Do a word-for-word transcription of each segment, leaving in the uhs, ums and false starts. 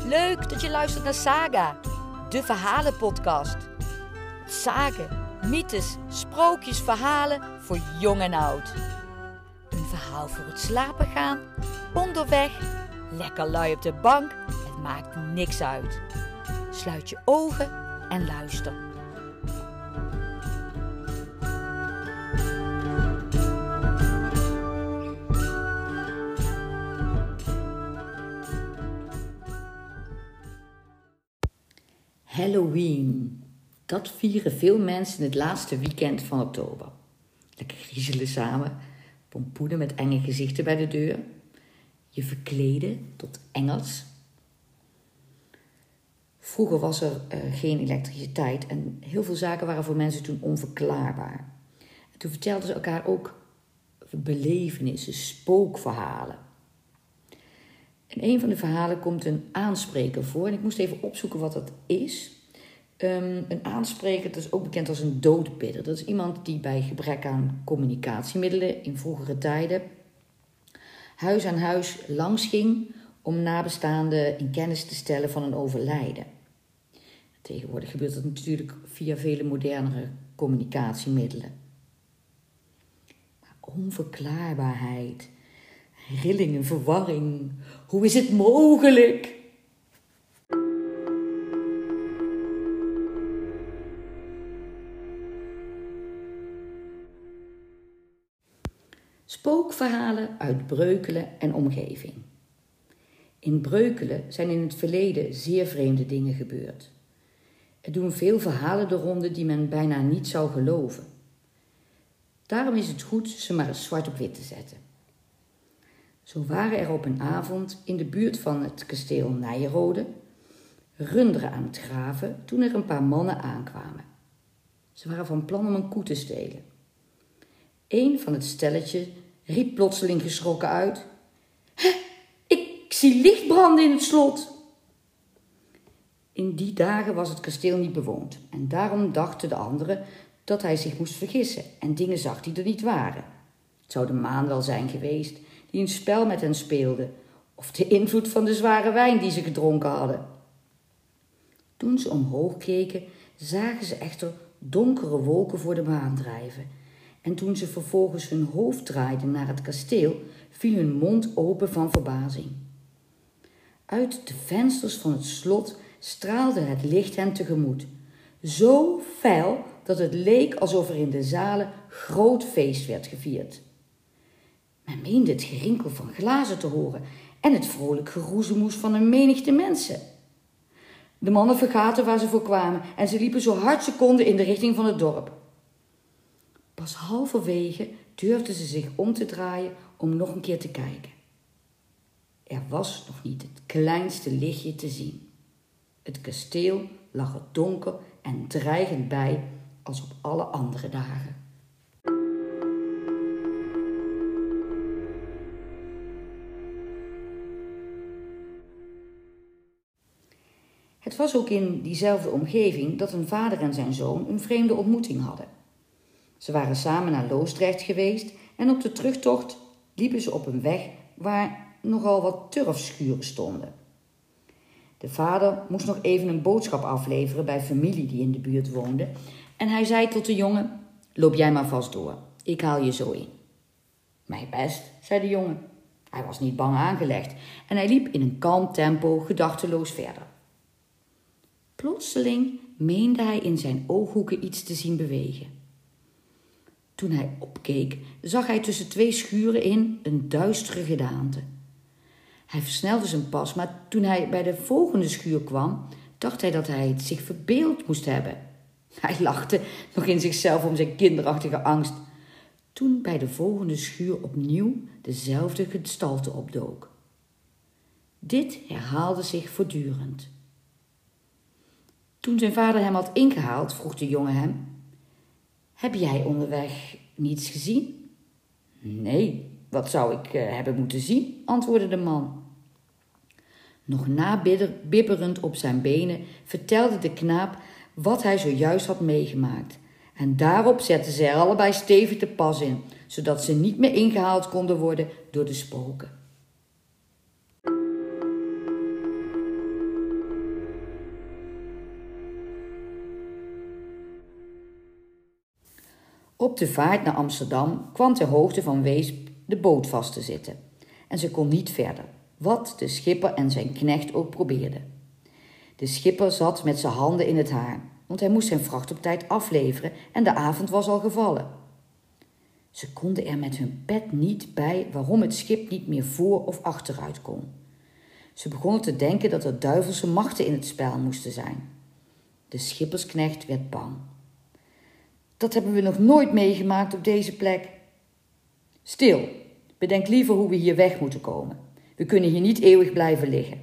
Leuk dat je luistert naar Saga, de verhalenpodcast. Sagen, mythes, sprookjes, verhalen voor jong en oud. Een verhaal voor het slapen gaan, onderweg, lekker lui op de bank, het maakt niks uit. Sluit je ogen en luister. Halloween. Dat vieren veel mensen het laatste weekend van oktober. Lekker griezelen samen, pompoenen met enge gezichten bij de deur, je verkleden tot engels. Vroeger was er uh, geen elektriciteit en heel veel zaken waren voor mensen toen onverklaarbaar. En toen vertelden ze elkaar ook belevenissen, spookverhalen. In een van de verhalen komt een aanspreker voor. En ik moest even opzoeken wat dat is. Um, een aanspreker, dat is ook bekend als een doodbidder. Dat is iemand die bij gebrek aan communicatiemiddelen in vroegere tijden huis aan huis langs ging om nabestaanden in kennis te stellen van een overlijden. Tegenwoordig gebeurt dat natuurlijk via vele modernere communicatiemiddelen. Maar onverklaarbaarheid, rillingen, verwarring. Hoe is het mogelijk? Spookverhalen uit Breukelen en omgeving. In Breukelen zijn in het verleden zeer vreemde dingen gebeurd. Er doen veel verhalen de ronde die men bijna niet zou geloven. Daarom is het goed ze maar eens zwart op wit te zetten. Zo waren er op een avond in de buurt van het kasteel Nijrode runderen aan het graven toen er een paar mannen aankwamen. Ze waren van plan om een koe te stelen. Eén van het stelletje riep plotseling geschrokken uit: "Hè, ik zie licht branden in het slot." In die dagen was het kasteel niet bewoond en daarom dachten de anderen dat hij zich moest vergissen en dingen zag die er niet waren. Het zou de maan wel zijn geweest die een spel met hen speelde, of de invloed van de zware wijn die ze gedronken hadden. Toen ze omhoog keken, zagen ze echter donkere wolken voor de maan drijven. En toen ze vervolgens hun hoofd draaiden naar het kasteel, viel hun mond open van verbazing. Uit de vensters van het slot straalde het licht hen tegemoet, zo fel dat het leek alsof er in de zalen groot feest werd gevierd. Men meende het gerinkel van glazen te horen en het vrolijk geroezemoes van een menigte mensen. De mannen vergaten waar ze voor kwamen en ze liepen zo hard ze konden in de richting van het dorp. Pas halverwege durfden ze zich om te draaien om nog een keer te kijken. Er was nog niet het kleinste lichtje te zien. Het kasteel lag er donker en dreigend bij als op alle andere dagen. Het was ook in diezelfde omgeving dat een vader en zijn zoon een vreemde ontmoeting hadden. Ze waren samen naar Loosdrecht geweest en op de terugtocht liepen ze op een weg waar nogal wat turfschuren stonden. De vader moest nog even een boodschap afleveren bij familie die in de buurt woonde en hij zei tot de jongen: "Loop jij maar vast door, ik haal je zo in." "Mijn best," zei de jongen. Hij was niet bang aangelegd en hij liep in een kalm tempo gedachteloos verder. Plotseling meende hij in zijn ooghoeken iets te zien bewegen. Toen hij opkeek, zag hij tussen twee schuren in een duistere gedaante. Hij versnelde zijn pas, maar toen hij bij de volgende schuur kwam, dacht hij dat hij het zich verbeeld moest hebben. Hij lachte nog in zichzelf om zijn kinderachtige angst, toen bij de volgende schuur opnieuw dezelfde gestalte opdook. Dit herhaalde zich voortdurend. Toen zijn vader hem had ingehaald, vroeg de jongen hem: "Heb jij onderweg niets gezien?" "Nee, wat zou ik uh, hebben moeten zien?" antwoordde de man. Nog nabibberend op zijn benen vertelde de knaap wat hij zojuist had meegemaakt. En daarop zetten zij allebei stevig de pas in, zodat ze niet meer ingehaald konden worden door de spoken. Op de vaart naar Amsterdam kwam ter hoogte van Weesp de boot vast te zitten. En ze kon niet verder, wat de schipper en zijn knecht ook probeerden. De schipper zat met zijn handen in het haar, want hij moest zijn vracht op tijd afleveren en de avond was al gevallen. Ze konden er met hun pet niet bij waarom het schip niet meer voor of achteruit kon. Ze begonnen te denken dat er duivelse machten in het spel moesten zijn. De schippersknecht werd bang. Dat hebben we nog nooit meegemaakt op deze plek. Stil, bedenk liever hoe we hier weg moeten komen. We kunnen hier niet eeuwig blijven liggen.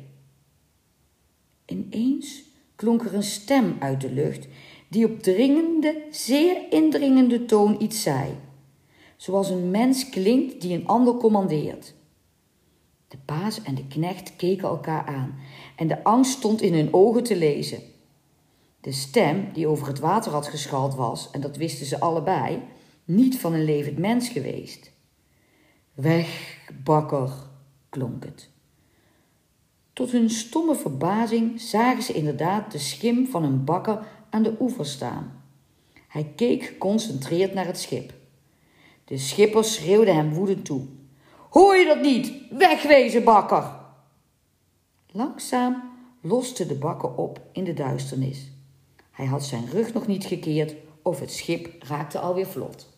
Ineens klonk er een stem uit de lucht die op dringende, zeer indringende toon iets zei. Zoals een mens klinkt die een ander commandeert. De baas en de knecht keken elkaar aan en de angst stond in hun ogen te lezen. De stem die over het water had geschald was, en dat wisten ze allebei, niet van een levend mens geweest. Weg, bakker, klonk het. Tot hun stomme verbazing zagen ze inderdaad de schim van een bakker aan de oever staan. Hij keek geconcentreerd naar het schip. De schipper schreeuwde hem woedend toe. Hoor je dat niet? Wegwezen, bakker! Langzaam loste de bakker op in de duisternis. Hij had zijn rug nog niet gekeerd of het schip raakte alweer vlot.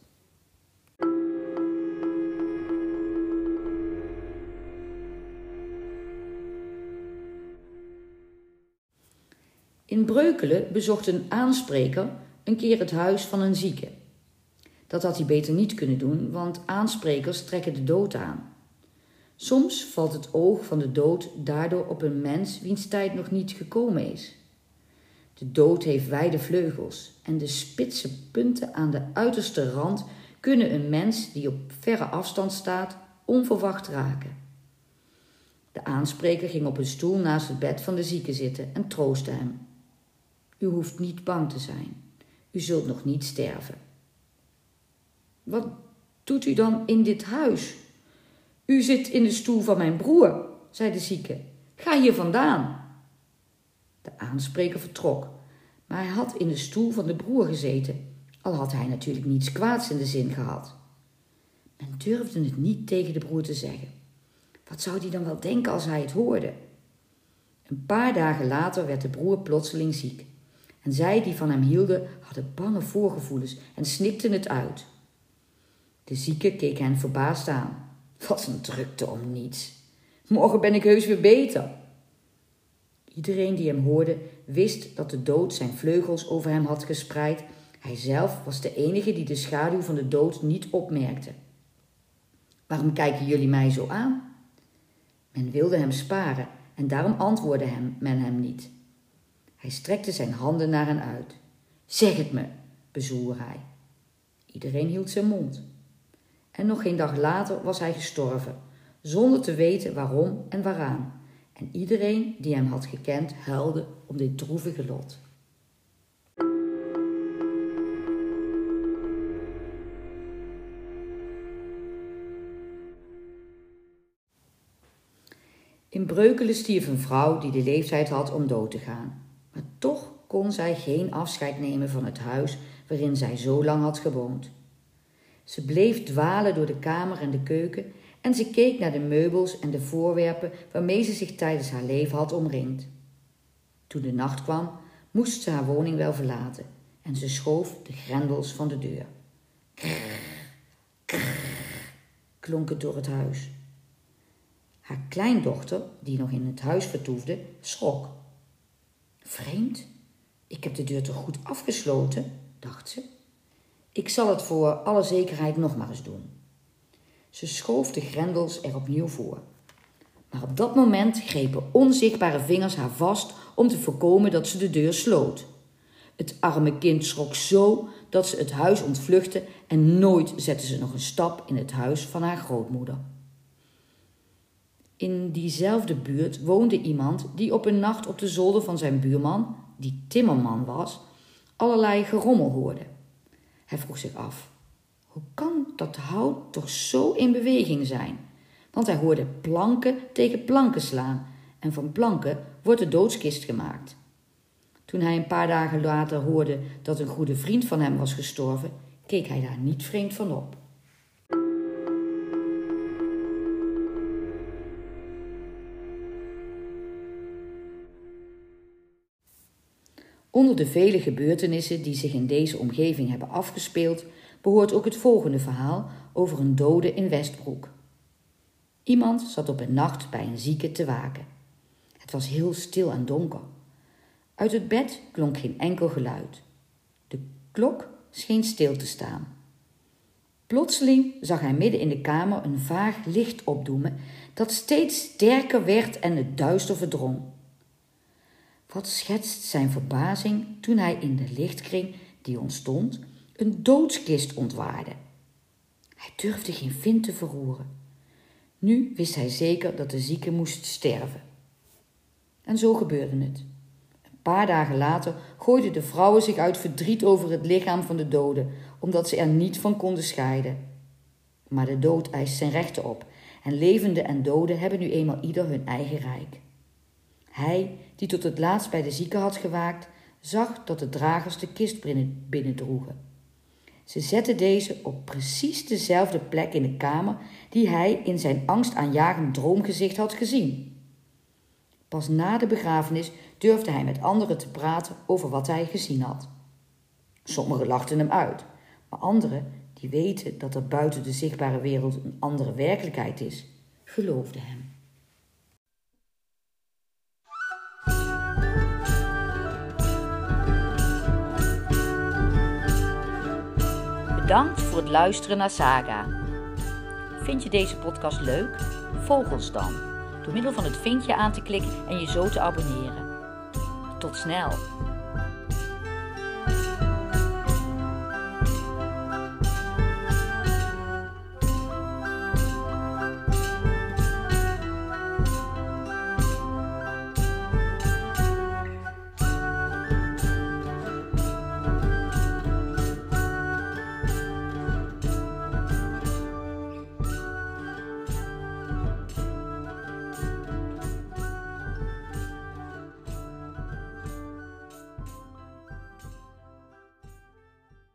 In Breukelen bezocht een aanspreker een keer het huis van een zieke. Dat had hij beter niet kunnen doen, want aansprekers trekken de dood aan. Soms valt het oog van de dood daardoor op een mens wiens tijd nog niet gekomen is. De dood heeft wijde vleugels en de spitse punten aan de uiterste rand kunnen een mens die op verre afstand staat onverwacht raken. De aanspreker ging op een stoel naast het bed van de zieke zitten en troostte hem. U hoeft niet bang te zijn. U zult nog niet sterven. Wat doet u dan in dit huis? U zit in de stoel van mijn broer, zei de zieke. Ga hier vandaan. De aanspreker vertrok, maar hij had in de stoel van de broer gezeten, al had hij natuurlijk niets kwaads in de zin gehad. Men durfde het niet tegen de broer te zeggen. Wat zou hij dan wel denken als hij het hoorde? Een paar dagen later werd de broer plotseling ziek. En zij die van hem hielden hadden bange voorgevoelens en snipten het uit. De zieke keek hen verbaasd aan. Wat een drukte om niets. Morgen ben ik heus weer beter. Iedereen die hem hoorde wist dat de dood zijn vleugels over hem had gespreid. Hij zelf was de enige die de schaduw van de dood niet opmerkte. Waarom kijken jullie mij zo aan? Men wilde hem sparen en daarom antwoordde hem, men hem niet. Hij strekte zijn handen naar hen uit. Zeg het me, bezwoer hij. Iedereen hield zijn mond. En nog geen dag later was hij gestorven, zonder te weten waarom en waaraan. En iedereen die hem had gekend huilde om dit droevige lot. In Breukelen stierf een vrouw die de leeftijd had om dood te gaan. Maar toch kon zij geen afscheid nemen van het huis waarin zij zo lang had gewoond. Ze bleef dwalen door de kamer en de keuken en ze keek naar de meubels en de voorwerpen waarmee ze zich tijdens haar leven had omringd. Toen de nacht kwam, moest ze haar woning wel verlaten en ze schoof de grendels van de deur. Krrr, krrr, klonk het door het huis. Haar kleindochter, die nog in het huis vertoefde, schrok. Vreemd, ik heb de deur toch goed afgesloten, dacht ze. Ik zal het voor alle zekerheid nog maar eens doen. Ze schoof de grendels er opnieuw voor. Maar op dat moment grepen onzichtbare vingers haar vast om te voorkomen dat ze de deur sloot. Het arme kind schrok zo dat ze het huis ontvluchtte en nooit zette ze nog een stap in het huis van haar grootmoeder. In diezelfde buurt woonde iemand die op een nacht op de zolder van zijn buurman, die timmerman was, allerlei gerommel hoorde. Hij vroeg zich af, hoe kan dat hout toch zo in beweging zijn? Want hij hoorde planken tegen planken slaan en van planken wordt de doodskist gemaakt. Toen hij een paar dagen later hoorde dat een goede vriend van hem was gestorven, keek hij daar niet vreemd van op. Onder de vele gebeurtenissen die zich in deze omgeving hebben afgespeeld, behoort ook het volgende verhaal over een dode in Westbroek. Iemand zat op een nacht bij een zieke te waken. Het was heel stil en donker. Uit het bed klonk geen enkel geluid. De klok scheen stil te staan. Plotseling zag hij midden in de kamer een vaag licht opdoemen dat steeds sterker werd en het duister verdrong. Wat schetst zijn verbazing toen hij in de lichtkring die ontstond een doodskist ontwaarde. Hij durfde geen vin te verroeren. Nu wist hij zeker dat de zieke moest sterven. En zo gebeurde het. Een paar dagen later gooiden de vrouwen zich uit verdriet over het lichaam van de dode, omdat ze er niet van konden scheiden. Maar de dood eist zijn rechten op en levenden en doden hebben nu eenmaal ieder hun eigen rijk. Hij, die tot het laatst bij de zieke had gewaakt, zag dat de dragers de kist binnendroegen. Ze zetten deze op precies dezelfde plek in de kamer die hij in zijn angstaanjagend droomgezicht had gezien. Pas na de begrafenis durfde hij met anderen te praten over wat hij gezien had. Sommigen lachten hem uit, maar anderen, die weten dat er buiten de zichtbare wereld een andere werkelijkheid is, geloofden hem. Bedankt voor het luisteren naar Saga. Vind je deze podcast leuk? Volg ons dan, door middel van het vinkje aan te klikken en je zo te abonneren. Tot snel!